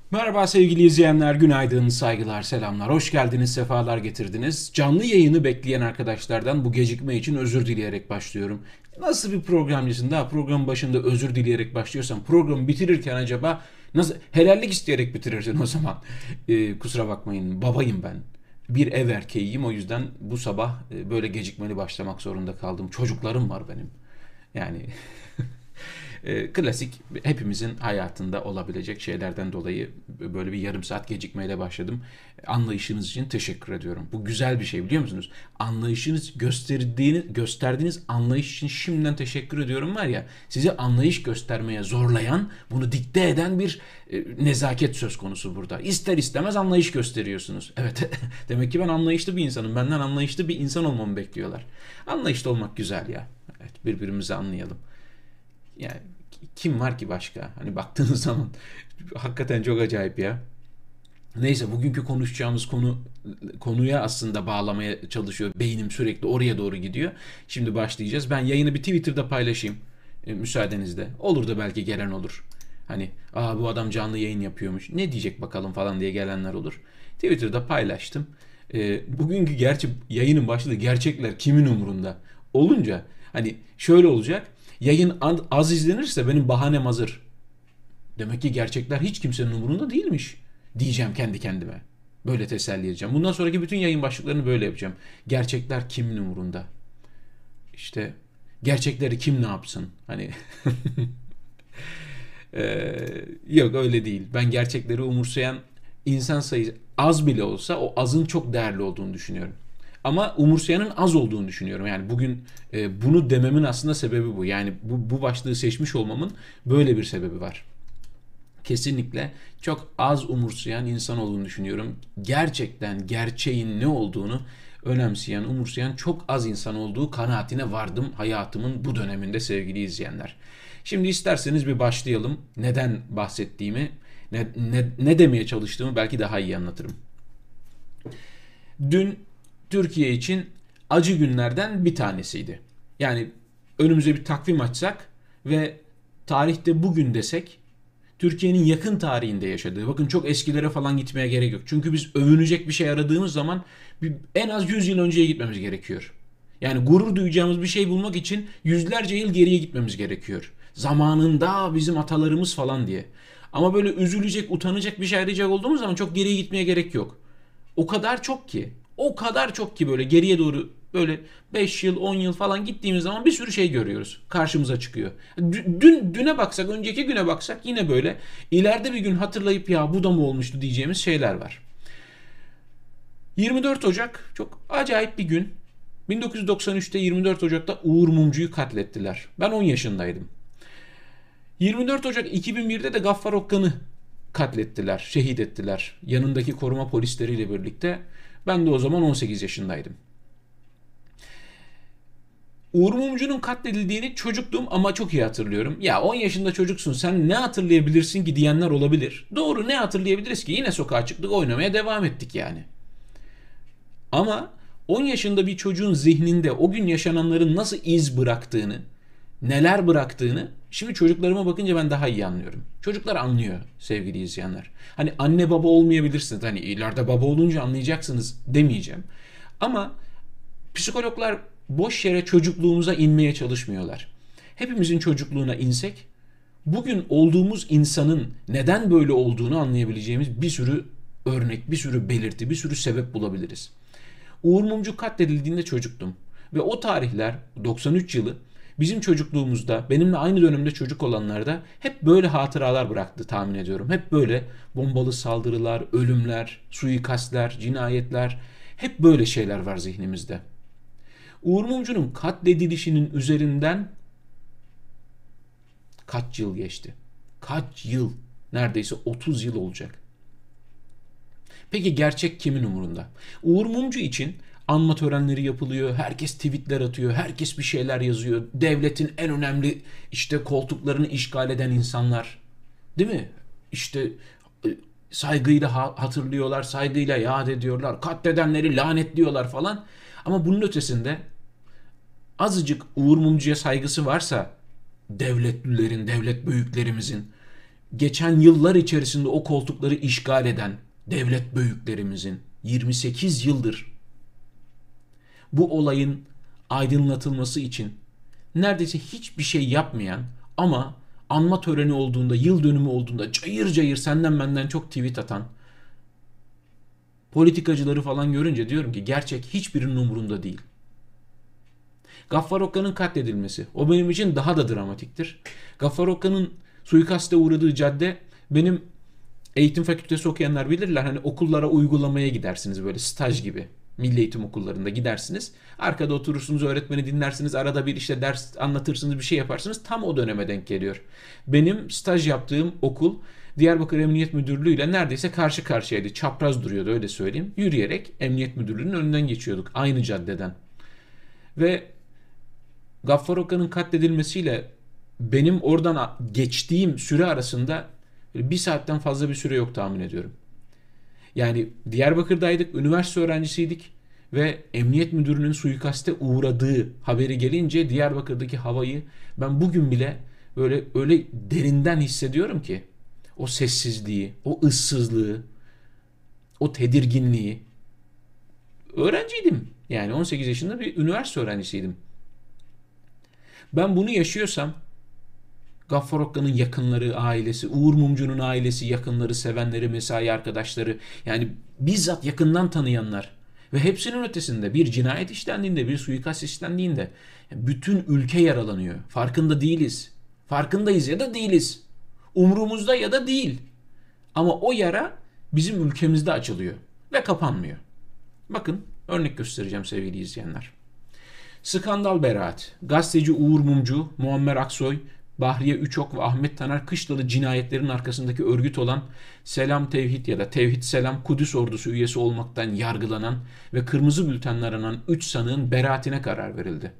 Merhaba sevgili izleyenler, günaydın, saygılar, selamlar, hoş geldiniz, sefalar getirdiniz. Canlı yayını bekleyen arkadaşlardan bu gecikme için özür dileyerek başlıyorum. Nasıl bir programcısın daha programın başında özür dileyerek başlıyorsan programı bitirirken acaba nasıl helallik isteyerek bitirirsin o zaman? Kusura bakmayın, babayım ben. Bir ev erkeğiyim, o yüzden bu sabah böyle gecikmeli başlamak zorunda kaldım. Çocuklarım var benim. Yani klasik hepimizin hayatında olabilecek şeylerden dolayı böyle bir yarım saat gecikmeyle başladım. Anlayışınız için teşekkür ediyorum. Bu güzel bir şey, biliyor musunuz? Anlayışınız gösterdiğiniz anlayış için şimdiden teşekkür ediyorum var ya. Sizi anlayış göstermeye zorlayan, bunu dikte eden bir nezaket söz konusu burada. İster istemez anlayış gösteriyorsunuz. Evet, demek ki ben anlayışlı bir insanım. Benden anlayışlı bir insan olmamı bekliyorlar. Anlayışlı olmak güzel ya. Evet, birbirimizi anlayalım. Yani kim var ki başka? Hani baktığınız zaman hakikaten çok acayip ya. Neyse, bugünkü konuşacağımız konuya aslında bağlamaya çalışıyor. Beynim sürekli oraya doğru gidiyor. Şimdi başlayacağız. Ben yayını bir Twitter'da paylaşayım. Müsaadenizle. Olur da belki gelen olur. Hani bu adam canlı yayın yapıyormuş. Ne diyecek bakalım falan diye gelenler olur. Twitter'da paylaştım. Bugünkü gerçi yayının başladığı gerçekler kimin umurunda? Olunca hani şöyle olacak. Yayın az izlenirse benim bahanem hazır. Demek ki gerçekler hiç kimsenin umurunda değilmiş diyeceğim kendi kendime. Böyle teselli edeceğim. Bundan sonraki bütün yayın başlıklarını böyle yapacağım. Gerçekler kimin umurunda? İşte gerçekleri kim ne yapsın? Hani yok, öyle değil. Ben gerçekleri umursayan insan sayısı az bile olsa o azın çok değerli olduğunu düşünüyorum. Ama umursayanın az olduğunu düşünüyorum. Yani bugün bunu dememin aslında sebebi bu. Yani bu başlığı seçmiş olmamın böyle bir sebebi var. Kesinlikle çok az umursayan insan olduğunu düşünüyorum. Gerçekten gerçeğin ne olduğunu önemseyen, umursayan çok az insan olduğu kanaatine vardım hayatımın bu döneminde sevgili izleyenler. Şimdi isterseniz bir başlayalım. Neden bahsettiğimi, ne demeye çalıştığımı belki daha iyi anlatırım. Dün Türkiye için acı günlerden bir tanesiydi. Yani önümüze bir takvim açsak ve tarihte bugün desek, Türkiye'nin yakın tarihinde yaşadığı, bakın çok eskilere falan gitmeye gerek yok. Çünkü biz övünecek bir şey aradığımız zaman en az 100 yıl önceye gitmemiz gerekiyor. Yani gurur duyacağımız bir şey bulmak için yüzlerce yıl geriye gitmemiz gerekiyor. Zamanında bizim atalarımız falan diye. Ama böyle üzülecek, utanacak bir şey arayacak olduğumuz zaman çok geriye gitmeye gerek yok. O kadar çok ki. O kadar çok ki böyle geriye doğru böyle 5 yıl 10 yıl falan gittiğimiz zaman bir sürü şey görüyoruz. Karşımıza çıkıyor. Düne baksak, önceki güne baksak yine böyle ileride bir gün hatırlayıp ya bu da mı olmuştu diyeceğimiz şeyler var. 24 Ocak çok acayip bir gün. 1993'te 24 Ocak'ta Uğur Mumcu'yu katlettiler. Ben 10 yaşındaydım. 24 Ocak 2001'de de Gaffar Okkan'ı katlettiler, şehit ettiler. Yanındaki koruma polisleriyle birlikte. Ben de o zaman 18 yaşındaydım. Uğur Mumcu'nun katledildiğini çocuktum ama çok iyi hatırlıyorum. Ya 10 yaşında çocuksun, sen ne hatırlayabilirsin ki diyenler olabilir. Doğru, ne hatırlayabiliriz ki? Yine sokağa çıktık, oynamaya devam ettik yani. Ama 10 yaşında bir çocuğun zihninde o gün yaşananların nasıl iz bıraktığını, neler bıraktığını şimdi çocuklarıma bakınca ben daha iyi anlıyorum. Çocuklar anlıyor sevgili izleyenler. Hani anne baba olmayabilirsiniz. Hani ileride baba olunca anlayacaksınız demeyeceğim. Ama psikologlar boş yere çocukluğumuza inmeye çalışmıyorlar. Hepimizin çocukluğuna insek bugün olduğumuz insanın neden böyle olduğunu anlayabileceğimiz bir sürü örnek, bir sürü belirti, bir sürü sebep bulabiliriz. Uğur Mumcu katledildiğinde çocuktum. Ve o tarihler 93 yılı bizim çocukluğumuzda, benimle aynı dönemde çocuk olanlarda hep böyle hatıralar bıraktı tahmin ediyorum. Hep böyle bombalı saldırılar, ölümler, suikastler, cinayetler, hep böyle şeyler var zihnimizde. Uğur Mumcu'nun katledilişinin üzerinden kaç yıl geçti? Kaç yıl? Neredeyse 30 yıl olacak. Peki gerçek kimin umurunda? Uğur Mumcu için anma törenleri yapılıyor, herkes tweetler atıyor, herkes bir şeyler yazıyor. Devletin en önemli işte koltuklarını işgal eden insanlar, değil mi? İşte saygıyla hatırlıyorlar, saygıyla yad ediyorlar, katledenleri lanetliyorlar falan. Ama bunun ötesinde azıcık Uğur Mumcu'ya saygısı varsa devletlilerin, devlet büyüklerimizin, geçen yıllar içerisinde o koltukları işgal eden devlet büyüklerimizin 28 yıldır bu olayın aydınlatılması için neredeyse hiçbir şey yapmayan ama anma töreni olduğunda, yıl dönümü olduğunda cayır cayır senden benden çok tweet atan politikacıları falan görünce diyorum ki gerçek hiçbirinin umurunda değil. Gaffar Okan'ın katledilmesi, o benim için daha da dramatiktir. Gaffar Okan'ın suikaste uğradığı cadde, benim eğitim fakültesi okuyanlar bilirler. Hani okullara uygulamaya gidersiniz, böyle staj gibi. Milli eğitim okullarında gidersiniz. Arkada oturursunuz, öğretmeni dinlersiniz. Arada bir işte ders anlatırsınız, bir şey yaparsınız. Tam o döneme denk geliyor. Benim staj yaptığım okul Diyarbakır Emniyet Müdürlüğü ile neredeyse karşı karşıyaydı. Çapraz duruyordu, öyle söyleyeyim. Yürüyerek Emniyet Müdürlüğü'nün önünden geçiyorduk. Aynı caddeden. Ve Gaffar Okan'ın katledilmesiyle benim oradan geçtiğim süre arasında bir saatten fazla bir süre yok tahmin ediyorum. Yani Diyarbakır'daydık, üniversite öğrencisiydik ve emniyet müdürünün suikaste uğradığı haberi gelince Diyarbakır'daki havayı ben bugün bile böyle öyle derinden hissediyorum ki, o sessizliği, o ıssızlığı, o tedirginliği. Öğrenciydim. Yani 18 yaşında bir üniversite öğrencisiydim. Ben bunu yaşıyorsam Gaffar Okka'nın yakınları, ailesi, Uğur Mumcu'nun ailesi, yakınları, sevenleri, mesai arkadaşları, yani bizzat yakından tanıyanlar ve hepsinin ötesinde bir cinayet işlendiğinde, bir suikast işlendiğinde bütün ülke yaralanıyor. Farkında değiliz. Farkındayız ya da değiliz. Umrumuzda ya da değil. Ama o yara bizim ülkemizde açılıyor ve kapanmıyor. Bakın örnek göstereceğim sevgili izleyenler. Skandal beraat. Gazeteci Uğur Mumcu, Muammer Aksoy, Bahriye Üçok ve Ahmet Taner Kışlalı cinayetlerin arkasındaki örgüt olan Selam Tevhid ya da Tevhid Selam Kudüs Ordusu üyesi olmaktan yargılanan ve kırmızı bültenle aranan 3 sanığın beraatine karar verildi.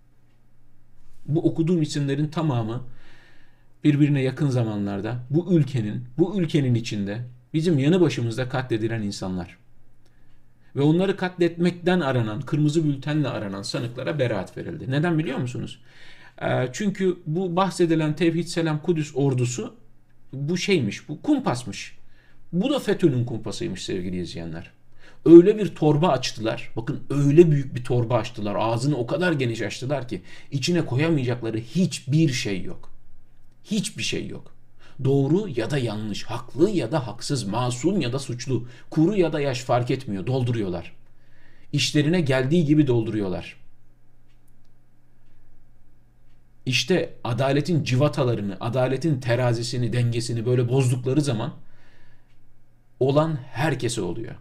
Bu okuduğum isimlerin tamamı birbirine yakın zamanlarda bu ülkenin içinde bizim yanı başımızda katledilen insanlar. Ve onları katletmekten aranan, kırmızı bültenle aranan sanıklara beraat verildi. Neden biliyor musunuz? Çünkü bu bahsedilen Tevhid Selam Kudüs ordusu bu şeymiş, bu kumpasmış. Bu da FETÖ'nün kumpasıymış sevgili izleyenler. Öyle bir torba açtılar. Bakın öyle büyük bir torba açtılar. Ağzını o kadar geniş açtılar ki içine koyamayacakları hiçbir şey yok. Hiçbir şey yok. Doğru ya da yanlış, haklı ya da haksız, masum ya da suçlu, kuru ya da yaş fark etmiyor. Dolduruyorlar. İşlerine geldiği gibi dolduruyorlar. İşte adaletin civatalarını, adaletin terazisini, dengesini böyle bozdukları zaman olan herkese oluyor.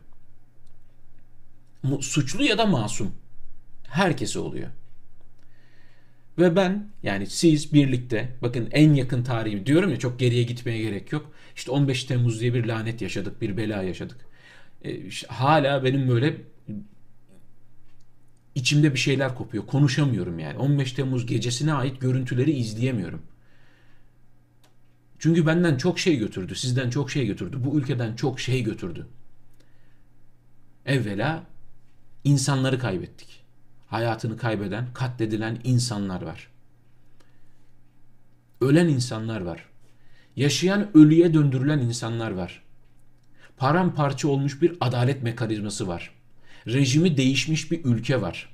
Suçlu ya da masum. Herkese oluyor. Ve ben, yani siz birlikte, bakın en yakın tarihi diyorum ya, çok geriye gitmeye gerek yok. İşte 15 Temmuz diye bir lanet yaşadık, bir bela yaşadık. İşte hala benim böyle içimde bir şeyler kopuyor. Konuşamıyorum yani. 15 Temmuz gecesine ait görüntüleri izleyemiyorum. Çünkü benden çok şey götürdü, sizden çok şey götürdü, bu ülkeden çok şey götürdü. Evvela insanları kaybettik. Hayatını kaybeden, katledilen insanlar var. Ölen insanlar var. Yaşayan ölüye döndürülen insanlar var. Paramparça olmuş bir adalet mekanizması var. Rejimi değişmiş bir ülke var.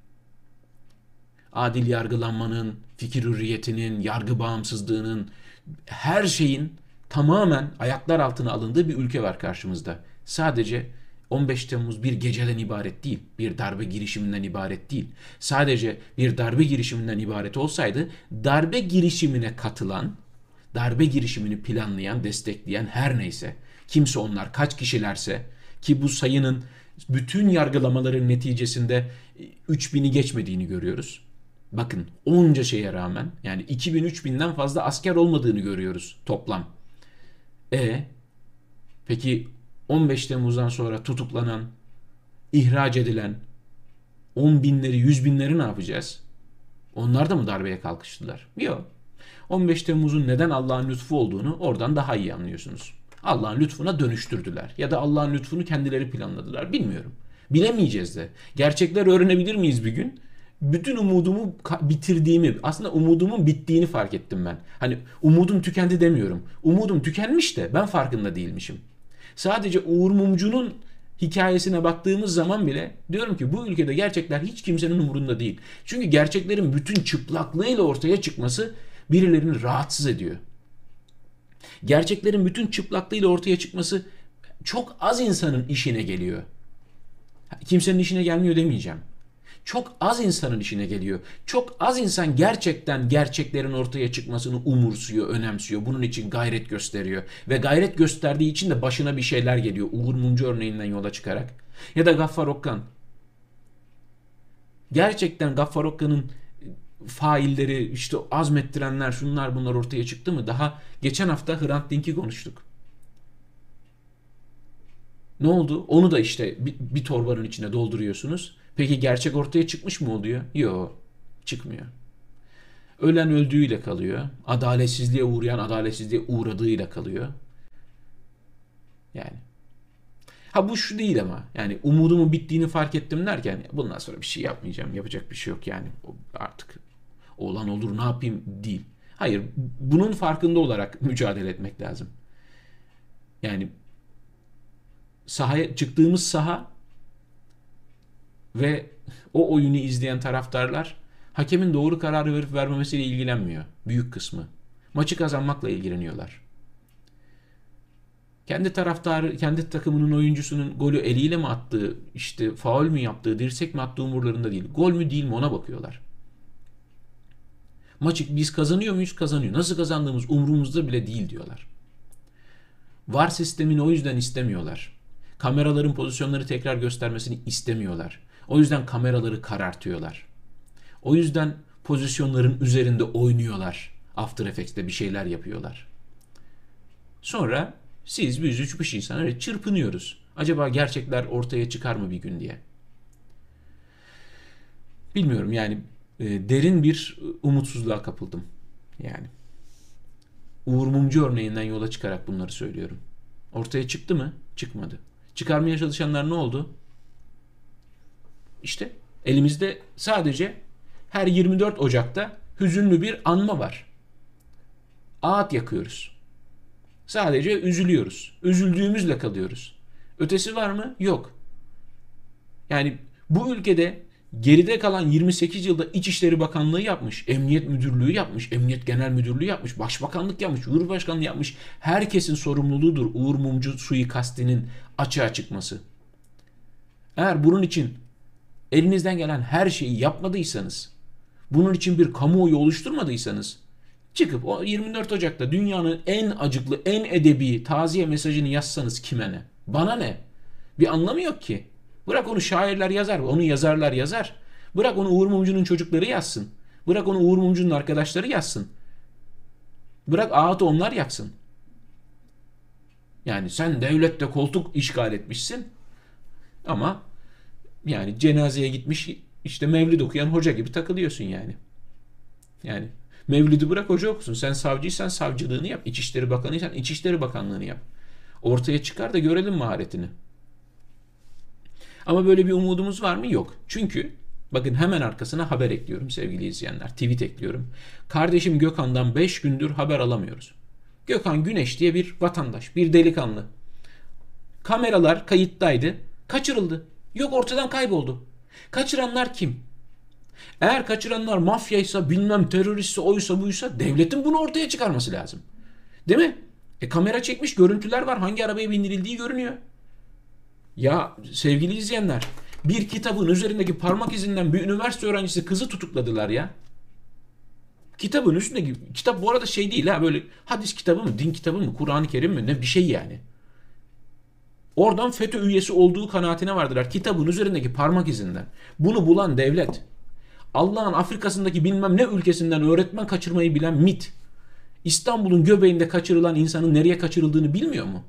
Adil yargılanmanın, fikir hürriyetinin, yargı bağımsızlığının, her şeyin tamamen ayaklar altına alındığı bir ülke var karşımızda. Sadece 15 Temmuz bir geceden ibaret değil, bir darbe girişiminden ibaret değil. Sadece bir darbe girişiminden ibaret olsaydı, darbe girişimine katılan, darbe girişimini planlayan, destekleyen her neyse, kimse onlar, kaç kişilerse, ki bu sayının bütün yargılamaların neticesinde 3000'i geçmediğini görüyoruz. Bakın onca şeye rağmen, yani 2000-3000'den fazla asker olmadığını görüyoruz toplam. Peki 15 Temmuz'dan sonra tutuklanan, ihraç edilen 10 binleri, 100 binleri ne yapacağız? Onlar da mı darbeye kalkıştılar? Yok. 15 Temmuz'un neden Allah'ın lütfu olduğunu oradan daha iyi anlıyorsunuz. Allah'ın lütfuna dönüştürdüler. Ya da Allah'ın lütfunu kendileri planladılar. Bilmiyorum. Bilemeyeceğiz de. Gerçekler öğrenebilir miyiz bir gün? bütün umudumu bitirdiğimi, aslında umudumun bittiğini fark ettim ben. Hani umudum tükendi demiyorum. Umudum tükenmiş de ben farkında değilmişim. Sadece Uğur Mumcu'nun hikayesine baktığımız zaman bile diyorum ki bu ülkede gerçekler hiç kimsenin umurunda değil. Çünkü gerçeklerin bütün çıplaklığıyla ortaya çıkması birilerini rahatsız ediyor. Gerçeklerin bütün çıplaklığıyla ortaya çıkması çok az insanın işine geliyor. Kimsenin işine gelmiyor demeyeceğim. Çok az insanın işine geliyor. Çok az insan gerçekten gerçeklerin ortaya çıkmasını umursuyor, önemsiyor. Bunun için gayret gösteriyor. Ve gayret gösterdiği için de başına bir şeyler geliyor. Uğur Mumcu örneğinden yola çıkarak. Ya da Gaffar Okkan. Gerçekten Gaffar Okkan'ın failleri, işte azmettirenler, şunlar bunlar ortaya çıktı mı? Daha geçen hafta Hrant Dink'i konuştuk. Ne oldu? Onu da işte bir torbanın içine dolduruyorsunuz. Peki gerçek ortaya çıkmış mı oluyor? Yok, çıkmıyor. Ölen öldüğüyle kalıyor. Adaletsizliğe uğrayan adaletsizliğe uğradığıyla kalıyor. Yani. Ha bu şu değil ama. Yani umudumun bittiğini fark ettim derken bundan sonra bir şey yapmayacağım. Yapacak bir şey yok yani. Artık olan olur ne yapayım değil. Hayır, bunun farkında olarak mücadele etmek lazım. Yani sahaya çıktığımız saha ve o oyunu izleyen taraftarlar hakemin doğru kararı verip vermemesiyle ilgilenmiyor. Büyük kısmı. Maçı kazanmakla ilgileniyorlar. Kendi taraftarı, kendi takımının oyuncusunun golü eliyle mi attığı, işte faul mü yaptığı, dirsek mi attığı umurlarında değil. Gol mü değil mi ona bakıyorlar. Maçı biz kazanıyor muyuz? Kazanıyor. Nasıl kazandığımız umurumuzda bile değil diyorlar. VAR sistemini o yüzden istemiyorlar. Kameraların pozisyonları tekrar göstermesini istemiyorlar. O yüzden kameraları karartıyorlar. O yüzden pozisyonların üzerinde oynuyorlar. After Effects'te bir şeyler yapıyorlar. Sonra siz biz 3-5 insan öyle çırpınıyoruz. Acaba gerçekler ortaya çıkar mı bir gün diye. Bilmiyorum yani derin bir umutsuzluğa kapıldım. Yani Uğur Mumcu örneğinden yola çıkarak bunları söylüyorum. Ortaya çıktı mı? Çıkmadı. Çıkarmaya çalışanlar ne oldu? İşte elimizde sadece her 24 Ocak'ta hüzünlü bir anma var. Ağıt yakıyoruz. Sadece üzülüyoruz. Üzüldüğümüzle kalıyoruz. Ötesi var mı? Yok. Yani bu ülkede geride kalan 28 yılda İçişleri Bakanlığı yapmış, Emniyet Müdürlüğü yapmış, Emniyet Genel Müdürlüğü yapmış, Başbakanlık yapmış, Cumhurbaşkanlığı yapmış. Herkesin sorumluluğudur Uğur Mumcu suikastinin açığa çıkması. Eğer bunun için elinizden gelen her şeyi yapmadıysanız, bunun için bir kamuoyu oluşturmadıysanız, çıkıp o 24 Ocak'ta dünyanın en acıklı, en edebi taziye mesajını yazsanız kime ne? Bana ne? Bir anlamı yok ki. Bırak onu şairler yazar, onu yazarlar yazar. Bırak onu Uğur Mumcu'nun çocukları yazsın. Bırak onu Uğur Mumcu'nun arkadaşları yazsın. Bırak ağıtı onlar yaksın. Yani sen devlette koltuk işgal etmişsin ama yani cenazeye gitmiş işte mevlid okuyan hoca gibi takılıyorsun yani. Yani mevlidi bırak hoca okusun. Sen savcıysan savcılığını yap. İçişleri Bakanıysan İçişleri Bakanlığını yap. Ortaya çıkar da görelim maharetini. Ama böyle bir umudumuz var mı? Yok. Çünkü bakın hemen arkasına haber ekliyorum sevgili izleyenler. Tweet ekliyorum. Kardeşim Gökhan'dan 5 gündür haber alamıyoruz. Gökhan Güneş diye bir vatandaş, bir delikanlı. Kameralar kayıttaydı. Kaçırıldı. Yok ortadan kayboldu. Kaçıranlar kim? Eğer kaçıranlar mafyaysa, bilmem teröristse, oysa buysa devletin bunu ortaya çıkarması lazım. Değil mi? Kamera çekmiş, görüntüler var. Hangi arabaya bindirildiği görünüyor. Ya sevgili izleyenler, bir kitabın üzerindeki parmak izinden bir üniversite öğrencisi kızı tutukladılar ya. Kitabın üstündeki, kitap bu arada şey değil ha, böyle hadis kitabı mı, din kitabı mı, Kur'an-ı Kerim mi, ne bir şey yani. Oradan FETÖ üyesi olduğu kanaatine vardılar kitabın üzerindeki parmak izinden. Bunu bulan devlet, Allah'ın Afrika'sındaki bilmem ne ülkesinden öğretmen kaçırmayı bilen MİT, İstanbul'un göbeğinde kaçırılan insanın nereye kaçırıldığını bilmiyor mu?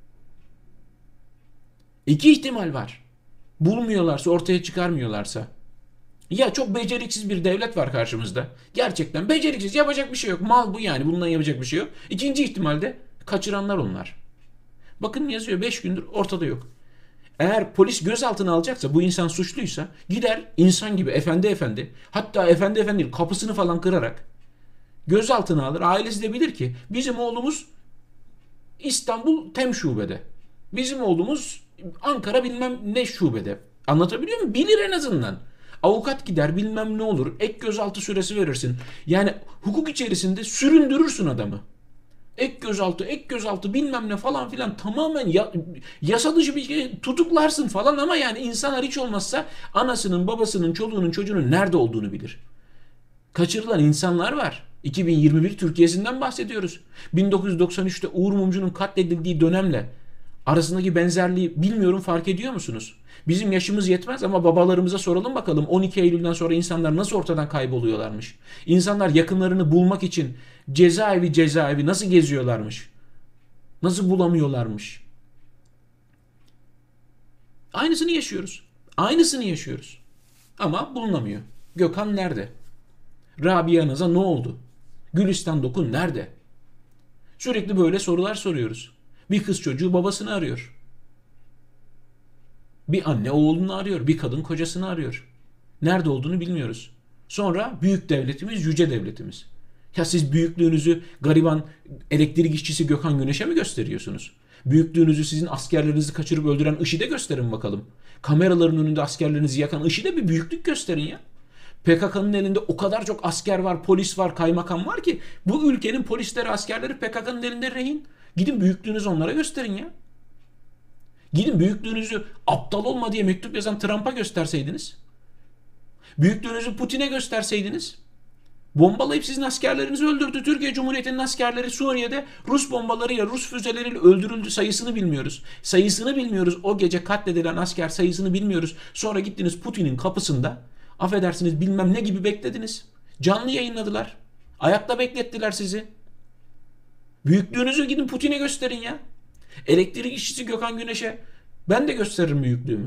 İki ihtimal var. Bulmuyorlarsa, ortaya çıkarmıyorlarsa. Ya çok beceriksiz bir devlet var karşımızda. Gerçekten beceriksiz, yapacak bir şey yok. Mal bu yani, bundan yapacak bir şey yok. İkinci ihtimalde kaçıranlar onlar. Bakın yazıyor 5 gündür ortada yok. Eğer polis gözaltına alacaksa, bu insan suçluysa, gider insan gibi efendi efendi, hatta efendi efendi değil, kapısını falan kırarak gözaltına alır. Ailesi de bilir ki bizim oğlumuz İstanbul Tem şubede. Bizim oğlumuz Ankara bilmem ne şubede. Anlatabiliyor muyum? Bilir en azından. Avukat gider, bilmem ne olur. Ek gözaltı süresi verirsin. Yani hukuk içerisinde süründürürsün adamı. Ek gözaltı, ek gözaltı bilmem ne falan filan, tamamen yasa dışı bir şey, tutuklarsın falan, ama yani insanlar hiç olmazsa anasının, babasının, çoluğunun, çocuğunun nerede olduğunu bilir. Kaçırılan insanlar var. 2021 Türkiye'sinden bahsediyoruz. 1993'te Uğur Mumcu'nun katledildiği dönemle arasındaki benzerliği bilmiyorum, fark ediyor musunuz? Bizim yaşımız yetmez ama babalarımıza soralım bakalım, 12 Eylül'den sonra insanlar nasıl ortadan kayboluyorlarmış? İnsanlar yakınlarını bulmak için cezaevi nasıl geziyorlarmış? Nasıl bulamıyorlarmış? Aynısını yaşıyoruz. Aynısını yaşıyoruz. Ama bulunamıyor. Gökhan nerede? Rabia Naz'a ne oldu? Gülistan Dokun nerede? Sürekli böyle sorular soruyoruz. Bir kız çocuğu babasını arıyor. Bir anne oğlunu arıyor. Bir kadın kocasını arıyor. Nerede olduğunu bilmiyoruz. Sonra büyük devletimiz, yüce devletimiz. Ya siz büyüklüğünüzü gariban elektrik işçisi Gökhan Güneş'e mi gösteriyorsunuz? Büyüklüğünüzü sizin askerlerinizi kaçırıp öldüren IŞİD'e gösterin bakalım. Kameraların önünde askerlerinizi yakan IŞİD'e bir büyüklük gösterin ya. PKK'nın elinde o kadar çok asker var, polis var, kaymakam var ki bu ülkenin polisleri, askerleri PKK'nın elinde rehin. Gidin büyüklüğünüzü onlara gösterin ya. Gidin büyüklüğünüzü aptal olma diye mektup yazan Trump'a gösterseydiniz. Büyüklüğünüzü Putin'e gösterseydiniz. Bombalayıp sizin askerlerinizi öldürdü. Türkiye Cumhuriyeti'nin askerleri Suriye'de Rus bombalarıyla, Rus füzeleriyle öldürüldü. Sayısını bilmiyoruz. Sayısını bilmiyoruz. O gece katledilen asker sayısını bilmiyoruz. Sonra gittiniz Putin'in kapısında, affedersiniz, bilmem ne gibi beklediniz. Canlı yayınladılar. Ayakta beklettiler sizi. Büyüklüğünüzü gidin Putin'e gösterin ya. Elektrik işçisi Gökhan Güneş'e ben de gösteririm büyüklüğümü.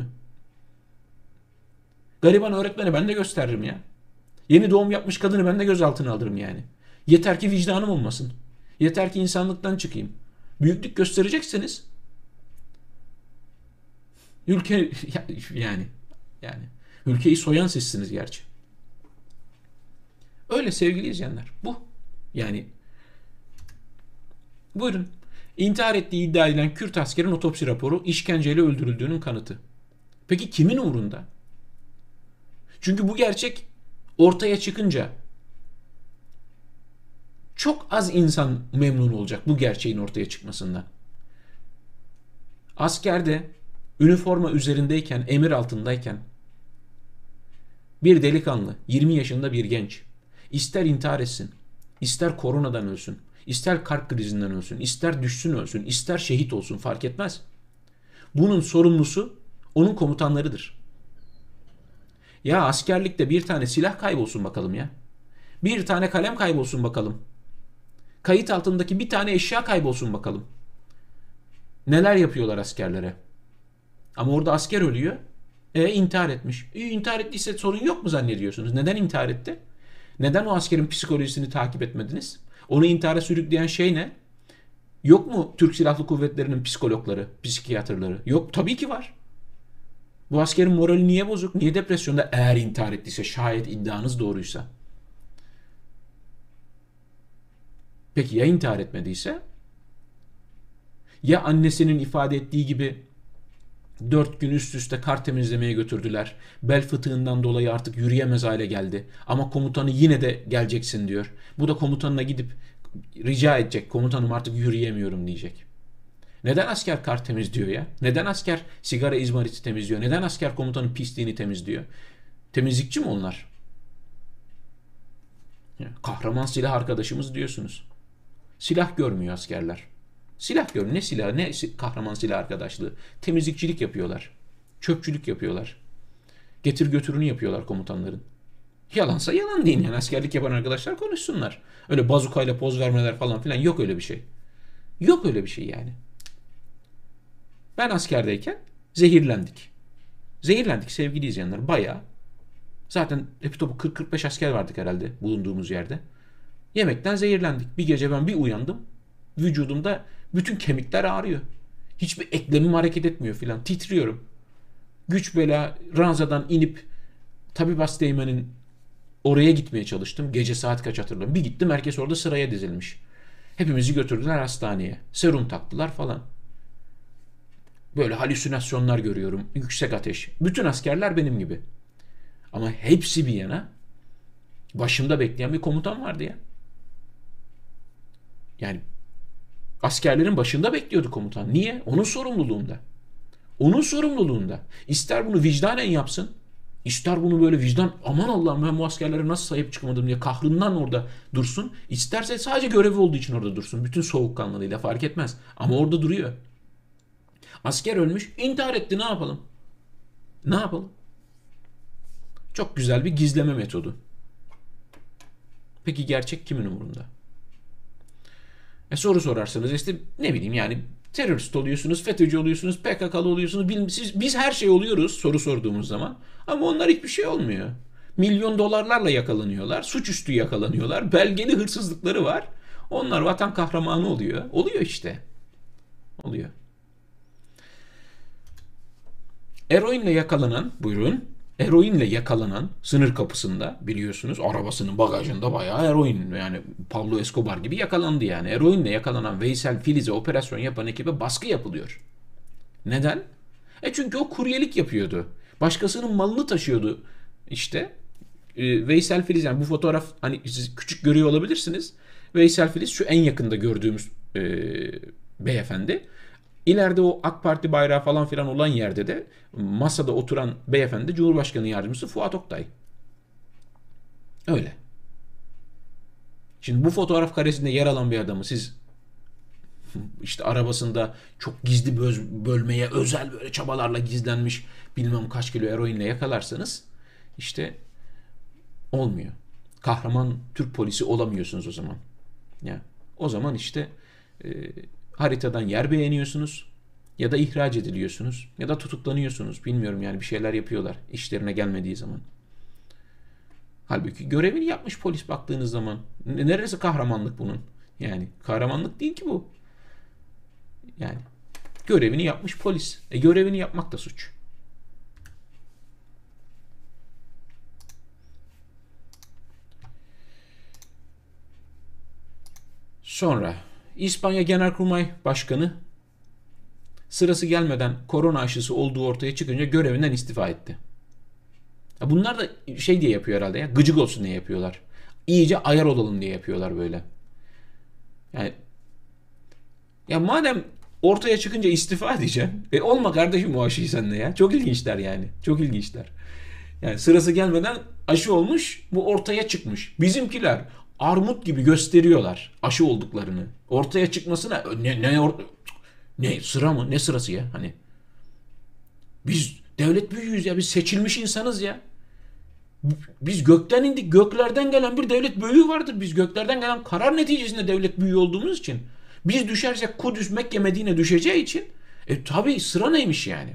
Gariban öğretmene ben de gösteririm ya. Yeni doğum yapmış kadını ben de gözaltına alırım yani. Yeter ki vicdanım olmasın. Yeter ki insanlıktan çıkayım. Büyüklük gösterecekseniz ülke yani ülkeyi soyan sizsiniz gerçi. Öyle sevgili izleyenler. Bu. Yani buyurun. İntihar ettiği iddia edilen Kürt askerin otopsi raporu işkenceyle öldürüldüğünün kanıtı. Peki kimin umurunda? Çünkü bu gerçek ortaya çıkınca çok az insan memnun olacak bu gerçeğin ortaya çıkmasından. Askerde üniforma üzerindeyken, emir altındayken bir delikanlı, 20 yaşında bir genç, ister intihar etsin, ister koronadan ölsün, ister kalp krizinden ölsün, ister düşsün ölsün, ister şehit olsun, fark etmez. Bunun sorumlusu onun komutanlarıdır. Ya askerlikte bir tane silah kaybolsun bakalım ya. Bir tane kalem kaybolsun bakalım. Kayıt altındaki bir tane eşya kaybolsun bakalım. Neler yapıyorlar askerlere? Ama orada asker ölüyor. İntihar etmiş. İntihar ettiyse sorun yok mu zannediyorsunuz? Neden intihar etti? Neden o askerin psikolojisini takip etmediniz? Onu intihara sürükleyen şey ne? Yok mu Türk Silahlı Kuvvetleri'nin psikologları, psikiyatrları? Yok, tabii ki var. Bu askerin morali niye bozuk? Niye depresyonda? Eğer intihar ettiyse, şayet iddianız doğruysa. Peki ya intihar etmediyse? Ya annesinin ifade ettiği gibi 4 gün üst üste kar temizlemeye götürdüler. Bel fıtığından dolayı artık yürüyemez hale geldi. Ama komutanı yine de geleceksin diyor. Bu da komutanına gidip rica edecek. Komutanım artık yürüyemiyorum diyecek. Neden asker kar temizliyor ya? Neden asker sigara izmariti temizliyor? Neden asker komutanın pisliğini temizliyor? Temizlikçi mi onlar? Kahraman silah arkadaşımız diyorsunuz. Silah görmüyor askerler. Silah görmüyor. Ne silah, ne kahraman silah arkadaşlığı. Temizlikçilik yapıyorlar. Çöpçülük yapıyorlar. Getir götürünü yapıyorlar komutanların. Yalansa yalan deyin yani, askerlik yapan arkadaşlar konuşsunlar. Öyle bazukayla poz vermeler falan filan yok öyle bir şey. Yok öyle bir şey yani. Ben askerdeyken zehirlendik. Zehirlendik sevgili izleyenler, bayağı. Zaten epitopu 40-45 asker vardık herhalde bulunduğumuz yerde. Yemekten zehirlendik. Bir gece ben bir uyandım. Vücudumda bütün kemikler ağrıyor. Hiçbir eklemim hareket etmiyor filan. Titriyorum. Güç bela ranzadan inip Tabip Asteğmen'in oraya gitmeye çalıştım. Gece saat kaç hatırlamıyorum. Bir gittim, herkes orada sıraya dizilmiş. Hepimizi götürdüler hastaneye. Serum taktılar falan. Böyle halüsinasyonlar görüyorum. Yüksek ateş. Bütün askerler benim gibi. Ama hepsi bir yana başımda bekleyen bir komutan vardı ya. Yani askerlerin başında bekliyordu komutan. Niye? Onun sorumluluğunda. Onun sorumluluğunda. İster bunu vicdanen yapsın, ister bunu böyle vicdan, aman Allah'ım ben bu askerlere nasıl sahip çıkamadım diye kahrından orada dursun. İsterse sadece görevi olduğu için orada dursun. Bütün soğukkanlılığıyla fark etmez. Ama orada duruyor. Asker ölmüş, intihar etti, ne yapalım? Ne yapalım? Çok güzel bir gizleme metodu. Peki gerçek kimin umurunda? Soru sorarsanız işte ne bileyim yani terörist oluyorsunuz, FETÖ'cü oluyorsunuz, PKK'lı oluyorsunuz. Biz her şey oluyoruz soru sorduğumuz zaman. Ama onlar hiçbir şey olmuyor. Milyon dolarlarla yakalanıyorlar. Suçüstü yakalanıyorlar. Belgeli hırsızlıkları var. Onlar vatan kahramanı oluyor. Oluyor işte. Oluyor. Eroinle yakalanan, buyurun. Eroinle yakalanan sınır kapısında biliyorsunuz arabasının bagajında bayağı eroin, yani Pablo Escobar gibi yakalandı yani. Eroinle yakalanan Veysel Filiz'e operasyon yapan ekibe baskı yapılıyor. Neden? Çünkü o kuryelik yapıyordu. Başkasının malını taşıyordu işte. Veysel Filiz, yani bu fotoğraf hani siz küçük görüyor olabilirsiniz. Veysel Filiz şu en yakında gördüğümüz beyefendi. İleride o AK Parti bayrağı falan filan olan yerde de masada oturan beyefendi Cumhurbaşkanı Yardımcısı Fuat Oktay. Öyle. Şimdi bu fotoğraf karesinde yer alan bir adamı siz işte arabasında çok gizli bölmeye özel böyle çabalarla gizlenmiş bilmem kaç kilo eroinle yakalarsanız işte olmuyor. Kahraman Türk polisi olamıyorsunuz o zaman. Ya o zaman işte haritadan yer beğeniyorsunuz ya da ihraç ediliyorsunuz ya da tutuklanıyorsunuz. Bilmiyorum yani bir şeyler yapıyorlar işlerine gelmediği zaman. Halbuki görevini yapmış polis baktığınız zaman. Neresi kahramanlık bunun? Yani kahramanlık değil ki bu. Yani görevini yapmış polis. Görevini yapmak da suç. Sonra İspanya Genelkurmay Başkanı sırası gelmeden korona aşısı olduğu ortaya çıkınca görevinden istifa etti. Bunlar da şey diye yapıyor herhalde ya, gıcık olsun diye yapıyorlar. İyice ayar olalım diye yapıyorlar böyle. Yani ya madem ortaya çıkınca istifa edeceğim. Olma kardeşim o aşıyı sen de ya. Çok ilginçler yani. Çok ilginçler. Yani sırası gelmeden aşı olmuş, bu ortaya çıkmış. Bizimkiler armut gibi gösteriyorlar aşı olduklarını. Ortaya çıkmasına ne sıra mı? Ne sırası ya? Hani biz devlet büyüğüyüz ya. Biz seçilmiş insanız ya. Biz gökten indik. Göklerden gelen bir devlet büyüğü vardır. Biz göklerden gelen karar neticesinde devlet büyüğü olduğumuz için. Biz düşersek Kudüs, Mekke, Medine düşeceği için tabii sıra neymiş yani?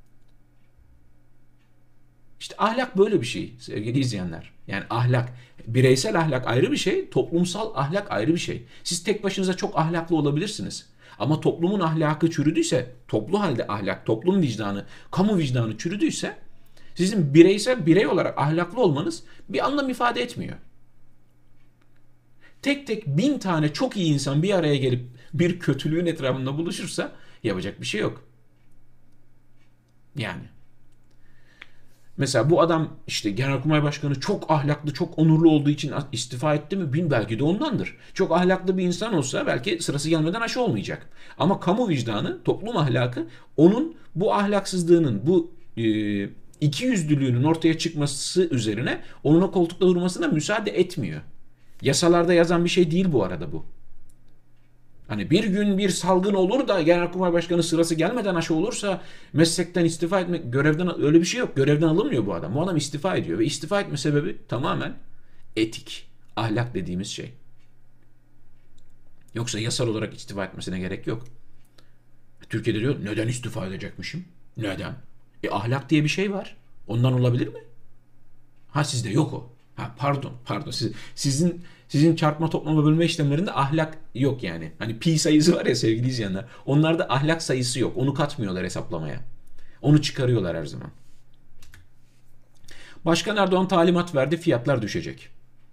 İşte ahlak böyle bir şey sevgili izleyenler. Yani ahlak, bireysel ahlak ayrı bir şey, toplumsal ahlak ayrı bir şey. Siz tek başınıza çok ahlaklı olabilirsiniz. Ama toplumun ahlakı çürüdüyse, toplu halde ahlak, toplum vicdanı, kamu vicdanı çürüdüyse sizin birey olarak ahlaklı olmanız bir anlam ifade etmiyor. Tek tek 1000 tane çok iyi insan bir araya gelip bir kötülüğün etrafında buluşursa yapacak bir şey yok. Yani. Mesela bu adam işte Genelkurmay Başkanı çok ahlaklı, çok onurlu olduğu için istifa etti mi? Belki de ondandır. Çok ahlaklı bir insan olsa belki sırası gelmeden aşı olmayacak. Ama kamu vicdanı, toplum ahlakı onun bu ahlaksızlığının, bu ikiyüzlülüğünün ortaya çıkması üzerine onun o koltukta durmasına müsaade etmiyor. Yasalarda yazan bir şey değil bu arada bu. Hani bir gün bir salgın olur da Genelkurmay Başkanı sırası gelmeden aşı olursa meslekten istifa etmek, görevden, öyle bir şey yok. Görevden alınmıyor bu adam. Bu adam istifa ediyor ve istifa etme sebebi tamamen etik, ahlak dediğimiz şey. Yoksa yasal olarak istifa etmesine gerek yok. Türkiye'de diyor neden istifa edecekmişim? Neden? Ahlak diye bir şey var. Ondan olabilir mi? Sizde yok o. Pardon. Sizin çarpma toplama bölme işlemlerinde ahlak yok yani. Hani pi sayısı var ya sevgili izleyenler. Onlarda ahlak sayısı yok. Onu katmıyorlar hesaplamaya. Onu çıkarıyorlar her zaman. Başkan Erdoğan talimat verdi, fiyatlar düşecek.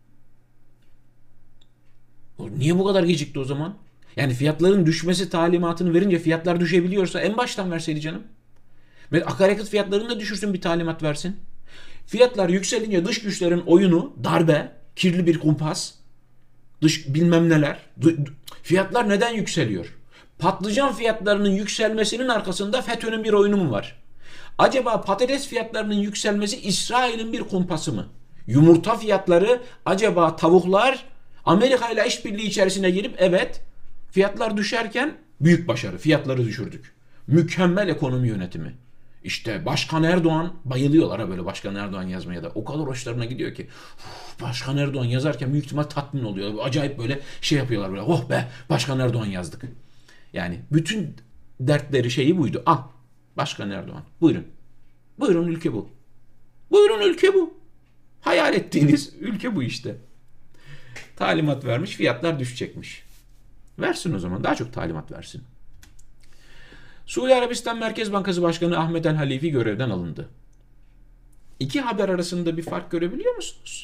Niye bu kadar gecikti o zaman? Yani fiyatların düşmesi talimatını verince fiyatlar düşebiliyorsa en baştan verseydi canım. Ve akaryakıt fiyatlarını da düşürsün, bir talimat versin. Fiyatlar yükselince dış güçlerin oyunu, darbe, kirli bir kumpas, dış bilmem neler. Fiyatlar neden yükseliyor? Patlıcan fiyatlarının yükselmesinin arkasında FETÖ'nün bir oyunu mu var? Acaba patates fiyatlarının yükselmesi İsrail'in bir kumpası mı? Yumurta fiyatları, acaba tavuklar Amerika ile işbirliği içerisine girip, evet, fiyatlar düşerken büyük başarı, fiyatları düşürdük. Mükemmel ekonomi yönetimi. İşte Başkan Erdoğan, bayılıyorlar ha böyle Başkan Erdoğan yazmaya da. O kadar hoşlarına gidiyor ki. Başkan Erdoğan yazarken büyük ihtimal tatmin oluyor. Acayip böyle şey yapıyorlar böyle. Oh be, Başkan Erdoğan yazdık. Yani bütün dertleri şeyi buydu. Al Başkan Erdoğan, buyurun. Buyurun, ülke bu. Buyurun, ülke bu. Hayal ettiğiniz ülke bu işte. Talimat vermiş, fiyatlar düşecekmiş. Versin o zaman, daha çok talimat versin. Suudi Arabistan Merkez Bankası Başkanı Ahmet El Halifi görevden alındı. İki haber arasında bir fark görebiliyor musunuz?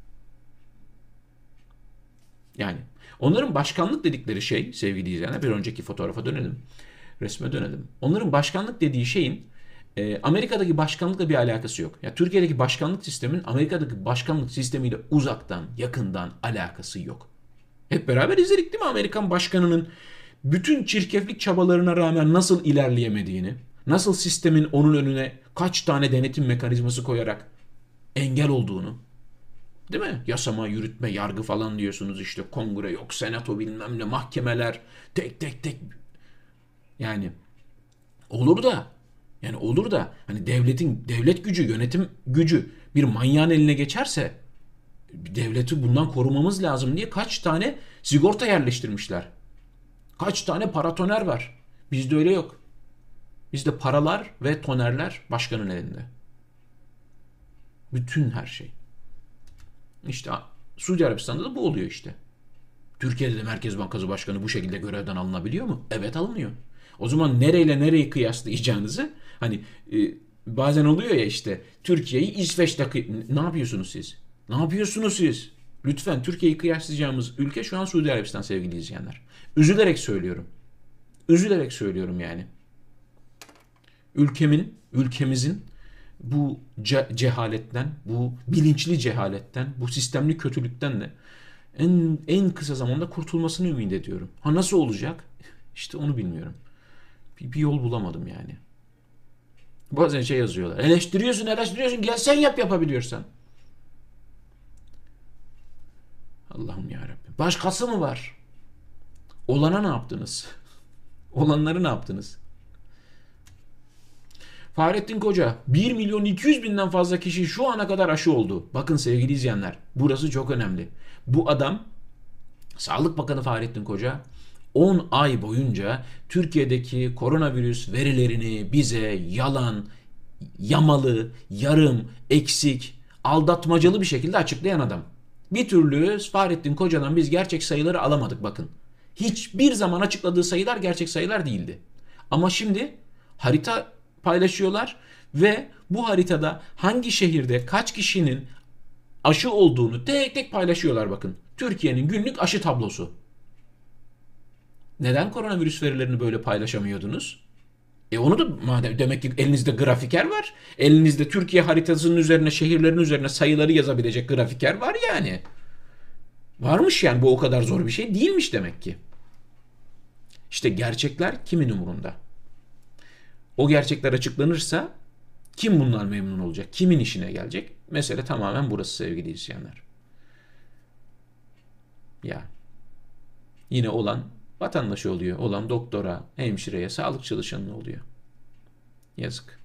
Yani onların başkanlık dedikleri şey, sevgili izleyenler, bir önceki fotoğrafa dönelim, resme dönelim. Onların başkanlık dediği şeyin Amerika'daki başkanlıkla bir alakası yok. Ya Türkiye'deki başkanlık sistemin Amerika'daki başkanlık sistemiyle uzaktan, yakından alakası yok. Hep beraber izledik değil mi Amerikan başkanının bütün çirkeflik çabalarına rağmen nasıl ilerleyemediğini, nasıl sistemin onun önüne kaç tane denetim mekanizması koyarak engel olduğunu. Değil mi? Yasama, yürütme, yargı falan diyorsunuz, işte kongre yok, senato bilmem ne, mahkemeler, tek tek tek. Yani olur da hani devlet gücü, yönetim gücü bir manyağın eline geçerse devleti bundan korumamız lazım diye kaç tane sigorta yerleştirmişler. Kaç tane paratoner var. Bizde öyle yok. Bizde paralar ve tonerler başkanın elinde. Bütün her şey. İşte Suudi Arabistan'da da bu oluyor işte. Türkiye'de de Merkez Bankası Başkanı bu şekilde görevden alınabiliyor mu? Evet, alınıyor. O zaman nereyle nereyi kıyaslayacağınızı, hani bazen oluyor ya, işte Türkiye'yi İsveç'le ne yapıyorsunuz siz? Ne yapıyorsunuz siz? Lütfen, Türkiye'yi kıyaslayacağımız ülke şu an Suudi Arabistan, sevgili izleyenler. Üzülerek söylüyorum. Üzülerek söylüyorum yani. Ülkemizin bu cehaletten, bu bilinçli cehaletten, bu sistemli kötülükten de en kısa zamanda kurtulmasını ümit ediyorum. Ha, nasıl olacak? İşte onu bilmiyorum. Bir yol bulamadım yani. Bazen şey yazıyorlar. Eleştiriyorsun, gel sen yap, yapabiliyorsan. Allah'ım yarabbim. Başkası mı var? Olana ne yaptınız? Olanları ne yaptınız? Fahrettin Koca, 1.200.000'den fazla kişi şu ana kadar aşı oldu. Bakın sevgili izleyenler, burası çok önemli. Bu adam, Sağlık Bakanı Fahrettin Koca, 10 ay boyunca Türkiye'deki koronavirüs verilerini bize yalan, yamalı, yarım, eksik, aldatmacalı bir şekilde açıklayan adam. Bir türlü Fahrettin Koca'dan biz gerçek sayıları alamadık, bakın. Hiçbir zaman açıkladığı sayılar gerçek sayılar değildi. Ama şimdi harita paylaşıyorlar ve bu haritada hangi şehirde kaç kişinin aşı olduğunu tek tek paylaşıyorlar, bakın. Türkiye'nin günlük aşı tablosu. Neden koronavirüs verilerini böyle paylaşamıyordunuz? Onu da madem, demek ki elinizde grafiker var. Elinizde Türkiye haritasının üzerine, şehirlerin üzerine sayıları yazabilecek grafiker var yani. Varmış yani, bu o kadar zor bir şey değilmiş demek ki. İşte gerçekler kimin umurunda? O gerçekler açıklanırsa kim bunlar memnun olacak? Kimin işine gelecek? Mesele tamamen burası sevgili izleyenler. Ya yine olan vatandaşı oluyor. Olan doktora, hemşireye, sağlık çalışanı oluyor. Yazık.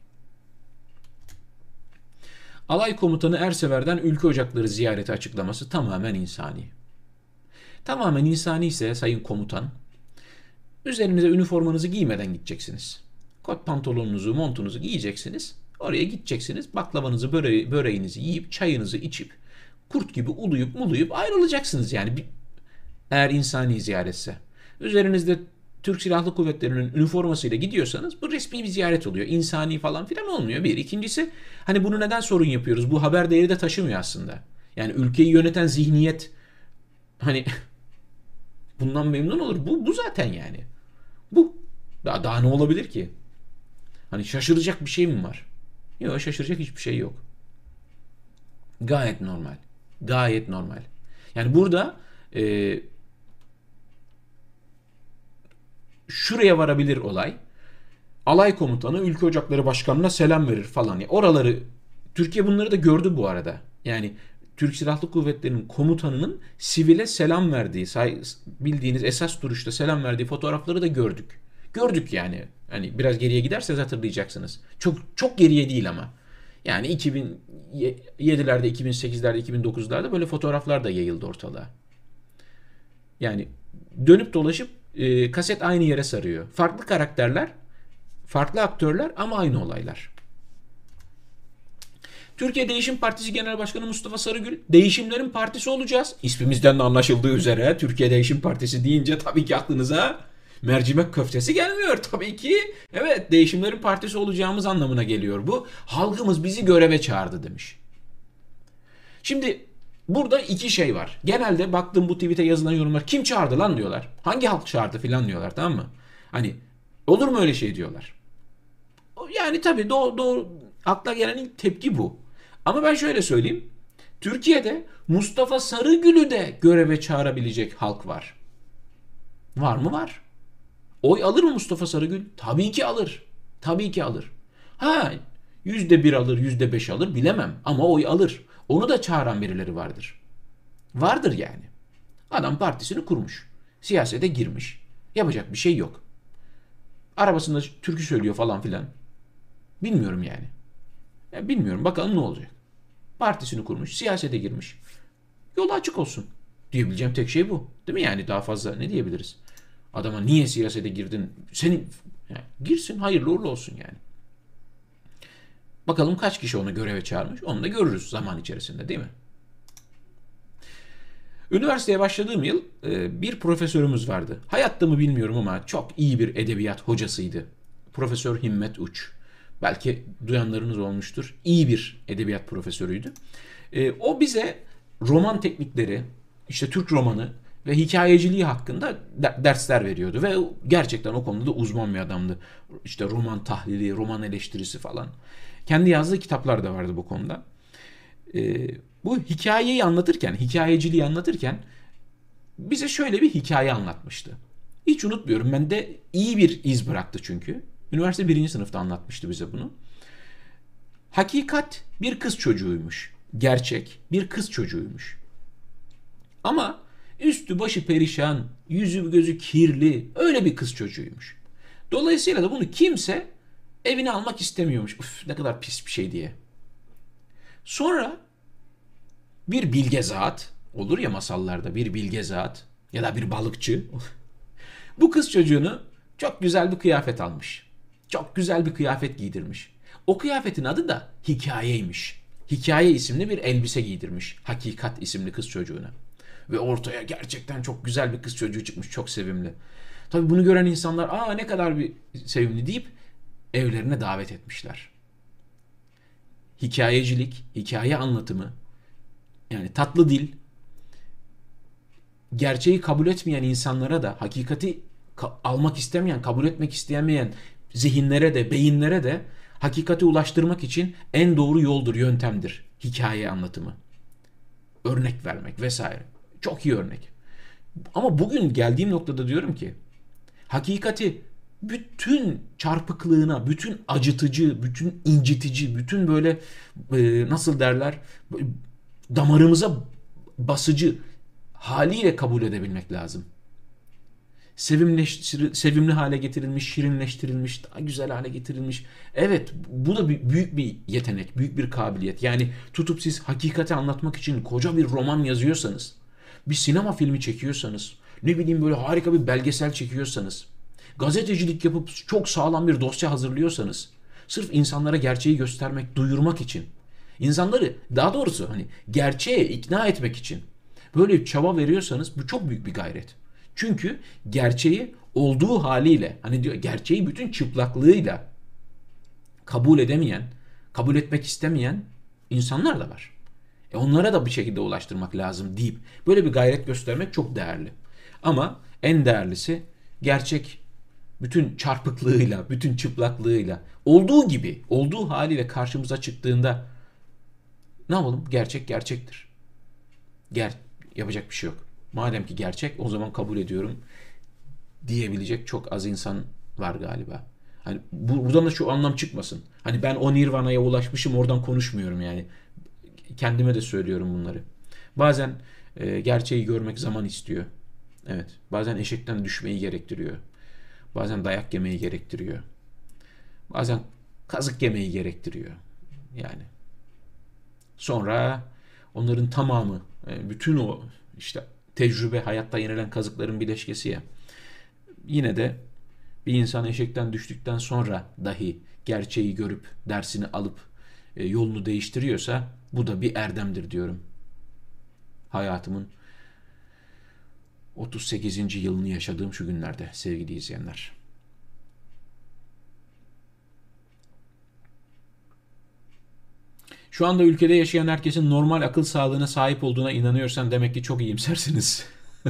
Alay Komutanı Ersever'den ülke ocakları ziyareti açıklaması tamamen insani. Tamamen insani ise sayın komutan, üzerinize üniformanızı giymeden gideceksiniz. Kot pantolonunuzu, montunuzu giyeceksiniz. Oraya gideceksiniz. Baklavanızı, böreğinizi yiyip, çayınızı içip, kurt gibi uluyup muluyup ayrılacaksınız yani. Eğer insani ziyaretse. Üzerinizde Türk Silahlı Kuvvetleri'nin üniformasıyla gidiyorsanız bu resmi bir ziyaret oluyor. İnsani falan filan olmuyor. Bir. İkincisi, hani bunu neden sorun yapıyoruz? Bu haber değeri de taşımıyor aslında. Yani ülkeyi yöneten zihniyet hani bundan memnun olur. Bu zaten yani. Bu. Daha ne olabilir ki? Hani şaşıracak bir şey mi var? Yok, şaşıracak hiçbir şey yok. Gayet normal. Gayet normal. Yani burada şuraya varabilir olay. Alay komutanı Ülke Ocakları Başkanı'na selam verir falan. Yani oraları Türkiye bunları da gördü bu arada. Yani Türk Silahlı Kuvvetleri'nin komutanının sivile selam verdiği, bildiğiniz esas duruşta selam verdiği fotoğrafları da gördük. Gördük yani. Hani biraz geriye giderseniz hatırlayacaksınız. Çok çok geriye değil ama. Yani 2007'lerde, 2008'lerde, 2009'larda böyle fotoğraflar da yayıldı ortalığa. Yani dönüp dolaşıp kaset aynı yere sarıyor. Farklı karakterler, farklı aktörler ama aynı olaylar. Türkiye Değişim Partisi Genel Başkanı Mustafa Sarıgül, değişimlerin partisi olacağız. İsmimizden de anlaşıldığı üzere Türkiye Değişim Partisi deyince tabii ki aklınıza mercimek köftesi gelmiyor. Tabii ki evet, değişimlerin partisi olacağımız anlamına geliyor bu. Halkımız bizi göreve çağırdı demiş. Şimdi burada iki şey var. Genelde baktım bu tweet'e yazılan yorumlar, kim çağırdı lan diyorlar. Hangi halk çağırdı filan diyorlar, tamam mı? Hani olur mu öyle şey diyorlar. Yani tabii doğru akla gelen ilk tepki bu. Ama ben şöyle söyleyeyim. Türkiye'de Mustafa Sarıgül'ü de göreve çağırabilecek halk var. Var mı? Var. Oy alır mı Mustafa Sarıgül? Tabii ki alır. Tabii ki alır. Ha, %1 alır, %5 alır bilemem ama oy alır. Onu da çağıran birileri vardır. Vardır yani. Adam partisini kurmuş. Siyasete girmiş. Yapacak bir şey yok. Arabasında türkü söylüyor falan filan. Bilmiyorum yani. Bilmiyorum, bakalım ne olacak. Partisini kurmuş, siyasete girmiş. Yolu açık olsun. Diyebileceğim tek şey bu. Değil mi yani, daha fazla ne diyebiliriz? Adama niye siyasete girdin? Yani girsin, hayırlı uğurlu olsun yani. Bakalım kaç kişi onu göreve çağırmış. Onu da görürüz zaman içerisinde, değil mi? Üniversiteye başladığım yıl bir profesörümüz vardı. Hayatta mı bilmiyorum ama çok iyi bir edebiyat hocasıydı. Profesör Himmet Uç. Belki duyanlarınız olmuştur. İyi bir edebiyat profesörüydü. O bize roman teknikleri, işte Türk romanı ve hikayeciliği hakkında dersler veriyordu. Ve gerçekten o konuda da uzman bir adamdı. İşte roman tahlili, roman eleştirisi falan. Kendi yazdığı kitaplar da vardı bu konuda. Bu hikayeyi anlatırken, hikayeciliği anlatırken bize şöyle bir hikaye anlatmıştı. Hiç unutmuyorum. Ben de iyi bir iz bıraktı çünkü. Üniversite 1. sınıfta anlatmıştı bize bunu. Hakikat bir kız çocuğuymuş. Gerçek bir kız çocuğuymuş. Ama üstü başı perişan, yüzü gözü kirli, öyle bir kız çocuğuymuş. Dolayısıyla da bunu kimse evine almak istemiyormuş. Üf, ne kadar pis bir şey diye. Sonra bir bilge zat, olur ya masallarda, bir bilge zat ya da bir balıkçı bu kız çocuğunu çok güzel bir kıyafet almış. Çok güzel bir kıyafet giydirmiş. O kıyafetin adı da Hikayeymiş. Hikaye isimli bir elbise giydirmiş Hakikat isimli kız çocuğuna. Ve ortaya gerçekten çok güzel bir kız çocuğu çıkmış, çok sevimli. Tabii bunu gören insanlar aa ne kadar bir sevimli deyip evlerine davet etmişler. Hikayecilik, hikaye anlatımı, yani tatlı dil, gerçeği kabul etmeyen insanlara da, hakikati almak istemeyen, kabul etmek istemeyen zihinlere de, beyinlere de hakikati ulaştırmak için en doğru yoldur, yöntemdir hikaye anlatımı. Örnek vermek vesaire. Çok iyi örnek. Ama bugün geldiğim noktada diyorum ki hakikati bütün çarpıklığına, bütün acıtıcı, bütün incitici, bütün böyle nasıl derler, damarımıza basıcı haliyle kabul edebilmek lazım. Sevimli hale getirilmiş, şirinleştirilmiş, daha güzel hale getirilmiş. Evet, bu da büyük bir yetenek, büyük bir kabiliyet. Yani tutup siz hakikati anlatmak için koca bir roman yazıyorsanız, bir sinema filmi çekiyorsanız, ne bileyim böyle harika bir belgesel çekiyorsanız, gazetecilik yapıp çok sağlam bir dosya hazırlıyorsanız, sırf insanlara gerçeği göstermek, duyurmak için, insanları daha doğrusu hani gerçeğe ikna etmek için böyle bir çaba veriyorsanız bu çok büyük bir gayret. Çünkü gerçeği olduğu haliyle, hani diyor, gerçeği bütün çıplaklığıyla kabul edemeyen, kabul etmek istemeyen insanlar da var. Onlara da bir şekilde ulaştırmak lazım deyip böyle bir gayret göstermek çok değerli. Ama en değerlisi gerçek bütün çarpıklığıyla, bütün çıplaklığıyla, olduğu gibi, olduğu haliyle karşımıza çıktığında ne yapalım? Gerçek gerçektir. Ger Yapacak bir şey yok. Madem ki gerçek, o zaman kabul ediyorum diyebilecek çok az insan var galiba. Hani buradan da şu anlam çıkmasın. Hani ben o nirvana'ya ulaşmışım, oradan konuşmuyorum yani. Kendime de söylüyorum bunları. Bazen gerçeği görmek zaman istiyor. Evet. Bazen eşekten düşmeyi gerektiriyor. Bazen dayak yemeyi gerektiriyor. Bazen kazık yemeyi gerektiriyor. Yani. Sonra onların tamamı, bütün o işte tecrübe, hayatta yenilen kazıkların bileşkesi ya. Yine de bir insan eşekten düştükten sonra dahi gerçeği görüp dersini alıp yolunu değiştiriyorsa bu da bir erdemdir diyorum. Hayatımın 38. yılını yaşadığım şu günlerde sevgili izleyenler. Şu anda ülkede yaşayan herkesin normal akıl sağlığına sahip olduğuna inanıyorsan demek ki çok iyimsersiniz.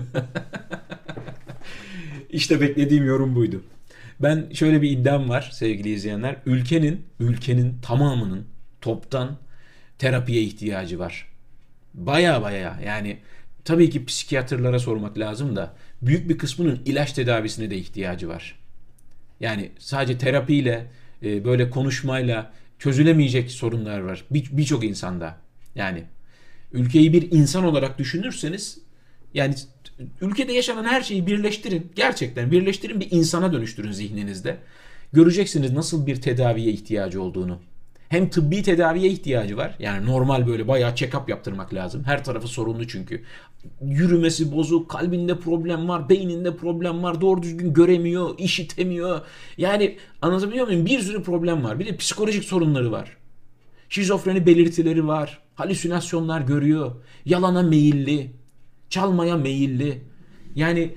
İşte beklediğim yorum buydu. Ben şöyle bir iddiam var sevgili izleyenler. Ülkenin tamamının toptan terapiye ihtiyacı var. Baya baya yani tabii ki psikiyatrlara sormak lazım da büyük bir kısmının ilaç tedavisine de ihtiyacı var. Yani sadece terapiyle böyle konuşmayla çözülemeyecek sorunlar var birçok insanda. Yani ülkeyi bir insan olarak düşünürseniz yani ülkede yaşanan her şeyi birleştirin. Gerçekten birleştirin, bir insana dönüştürün zihninizde. Göreceksiniz nasıl bir tedaviye ihtiyacı olduğunu. Hem tıbbi tedaviye ihtiyacı var. Yani normal böyle bayağı check-up yaptırmak lazım. Her tarafı sorunlu çünkü. Yürümesi bozuk, kalbinde problem var, beyninde problem var, doğru düzgün göremiyor, işitemiyor. Yani anlatabiliyor muyum? Bir sürü problem var. Bir de psikolojik sorunları var. Şizofreni belirtileri var. Halüsinasyonlar görüyor. Yalana meyilli. Çalmaya meyilli. Yani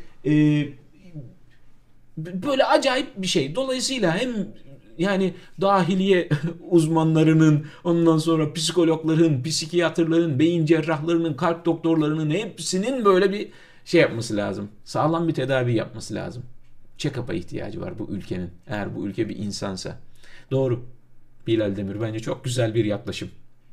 böyle acayip bir şey. Dolayısıyla hem yani dahiliye uzmanlarının, ondan sonra psikologların, psikiyatrların, beyin cerrahlarının, kalp doktorlarının hepsinin böyle bir şey yapması lazım. Sağlam bir tedavi yapması lazım. Check-up'a ihtiyacı var bu ülkenin. Eğer bu ülke bir insansa. Doğru. Bilal Demir bence çok güzel bir yaklaşım.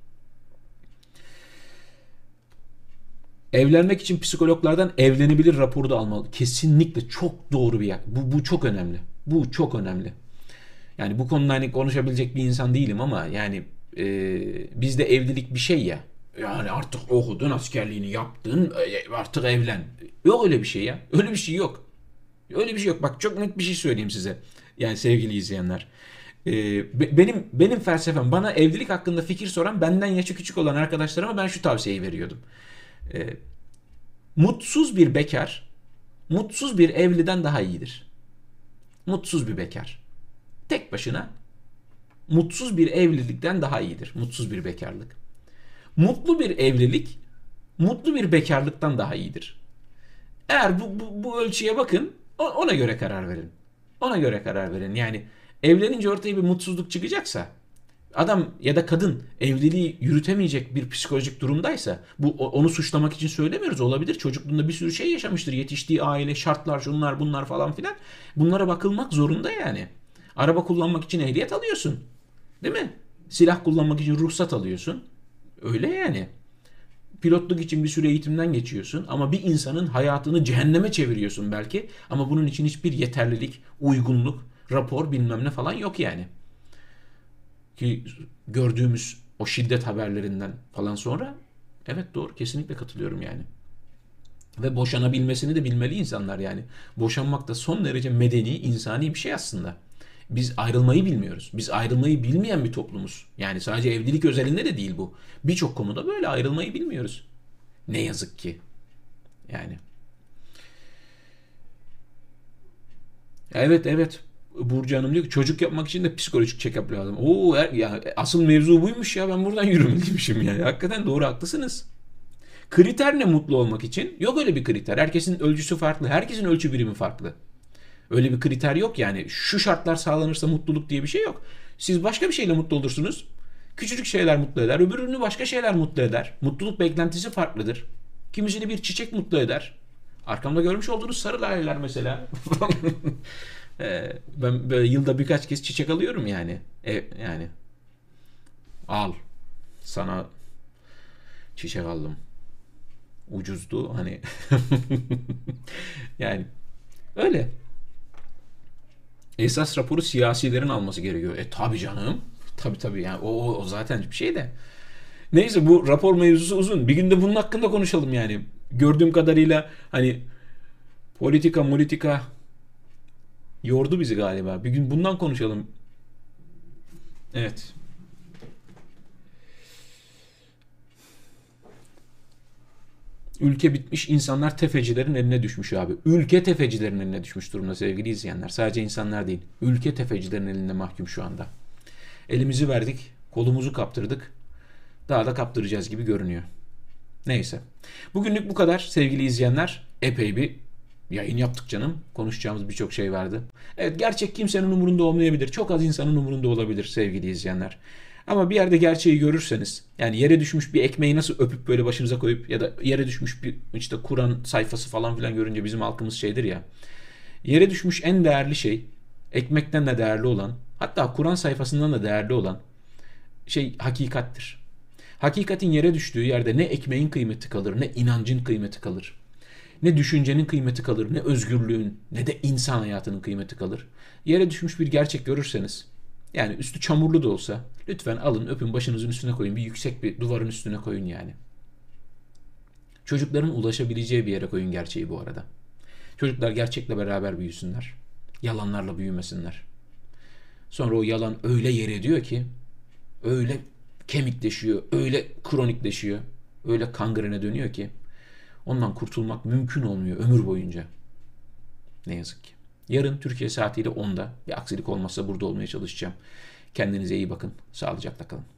Evlenmek için psikologlardan evlenebilir raporu da almalı. Kesinlikle çok doğru bir yer. Bu çok önemli. Bu çok önemli. Yani bu konuda hani konuşabilecek bir insan değilim ama yani bizde evlilik bir şey ya. Yani artık okudun, askerliğini yaptın, artık evlen. Yok öyle bir şey ya. Öyle bir şey yok. Öyle bir şey yok. Bak çok net bir şey söyleyeyim size. Yani sevgili izleyenler. Benim felsefem, bana evlilik hakkında fikir soran benden yaşı küçük olan arkadaşlarıma ben şu tavsiyeyi veriyordum. Mutsuz bir bekar, mutsuz bir evliden daha iyidir. Mutsuz bir bekar. Tek başına mutsuz bir evlilikten daha iyidir. Mutsuz bir bekarlık. Mutlu bir evlilik, mutlu bir bekarlıktan daha iyidir. Eğer bu ölçüye bakın, ona göre karar verin. Ona göre karar verin. Yani evlenince ortaya bir mutsuzluk çıkacaksa, adam ya da kadın evliliği yürütemeyecek bir psikolojik durumdaysa, onu suçlamak için söylemiyoruz. Olabilir. Çocukluğunda bir sürü şey yaşamıştır. Yetiştiği aile, şartlar, şunlar bunlar falan filan. Bunlara bakılmak zorunda yani. Araba kullanmak için ehliyet alıyorsun. Değil mi? Silah kullanmak için ruhsat alıyorsun. Öyle yani. Pilotluk için bir süre eğitimden geçiyorsun ama bir insanın hayatını cehenneme çeviriyorsun belki. Ama bunun için hiçbir yeterlilik, uygunluk, rapor bilmem ne falan yok yani. Ki gördüğümüz o şiddet haberlerinden falan sonra evet doğru, kesinlikle katılıyorum yani. Ve boşanabilmesini de bilmeli insanlar yani. Boşanmak da son derece medeni, insani bir şey aslında. Biz ayrılmayı bilmiyoruz. Biz ayrılmayı bilmeyen bir toplumuz. Yani sadece evlilik özelinde de değil bu. Birçok konuda böyle ayrılmayı bilmiyoruz. Ne yazık ki. Yani. Evet evet. Burcu Hanım diyor ki çocuk yapmak için de psikolojik check-up lazım. Ya asıl mevzu buymuş ya, ben buradan yürümeliymişim yani. Hakikaten doğru, haklısınız. Kriter ne mutlu olmak için? Yok öyle bir kriter. Herkesin ölçüsü farklı. Herkesin ölçü birimi farklı. Öyle bir kriter yok yani. Şu şartlar sağlanırsa mutluluk diye bir şey yok. Siz başka bir şeyle mutlu olursunuz. Küçücük şeyler mutlu eder. Öbürünü başka şeyler mutlu eder. Mutluluk beklentisi farklıdır. Kimisini bir çiçek mutlu eder. Arkamda görmüş olduğunuz sarı laleler mesela. Ben böyle yılda birkaç kez çiçek alıyorum yani. Yani al. Sana çiçek aldım. Ucuzdu hani. Yani öyle. Esas raporu siyasilerin alması gerekiyor. Tabi canım. Tabi yani o zaten bir şey de. Neyse bu rapor mevzusu uzun. Bir günde bunun hakkında konuşalım yani. Gördüğüm kadarıyla hani politika yordu bizi galiba. Bir gün bundan konuşalım. Evet. Ülke bitmiş, insanlar tefecilerin eline düşmüş abi. Ülke tefecilerin eline düşmüş durumda sevgili izleyenler. Sadece insanlar değil. Ülke tefecilerin elinde mahkum şu anda. Elimizi verdik, kolumuzu kaptırdık. Daha da kaptıracağız gibi görünüyor. Neyse. Bugünlük bu kadar sevgili izleyenler. Epey bir yayın yaptık canım. Konuşacağımız birçok şey vardı. Evet, gerçek kimsenin umurunda olmayabilir. Çok az insanın umurunda olabilir sevgili izleyenler. Ama bir yerde gerçeği görürseniz, yani yere düşmüş bir ekmeği nasıl öpüp böyle başınıza koyup ya da yere düşmüş bir işte Kur'an sayfası falan filan görünce bizim halkımız şeydir ya. Yere düşmüş en değerli şey, ekmekten de değerli olan, hatta Kur'an sayfasından da değerli olan şey hakikattir. Hakikatin yere düştüğü yerde ne ekmeğin kıymeti kalır, ne inancın kıymeti kalır. Ne düşüncenin kıymeti kalır, ne özgürlüğün, ne de insan hayatının kıymeti kalır. Yere düşmüş bir gerçek görürseniz, yani üstü çamurlu da olsa, lütfen alın öpün başınızın üstüne koyun, bir yüksek bir duvarın üstüne koyun yani. Çocukların ulaşabileceği bir yere koyun gerçeği bu arada. Çocuklar gerçekle beraber büyüsünler. Yalanlarla büyümesinler. Sonra o yalan öyle yer ediyor ki, öyle kemikleşiyor, öyle kronikleşiyor, öyle kangrene dönüyor ki ondan kurtulmak mümkün olmuyor ömür boyunca. Ne yazık ki. Yarın Türkiye saatiyle 10'da bir aksilik olmazsa burada olmaya çalışacağım. Kendinize iyi bakın. Sağlıcakla kalın.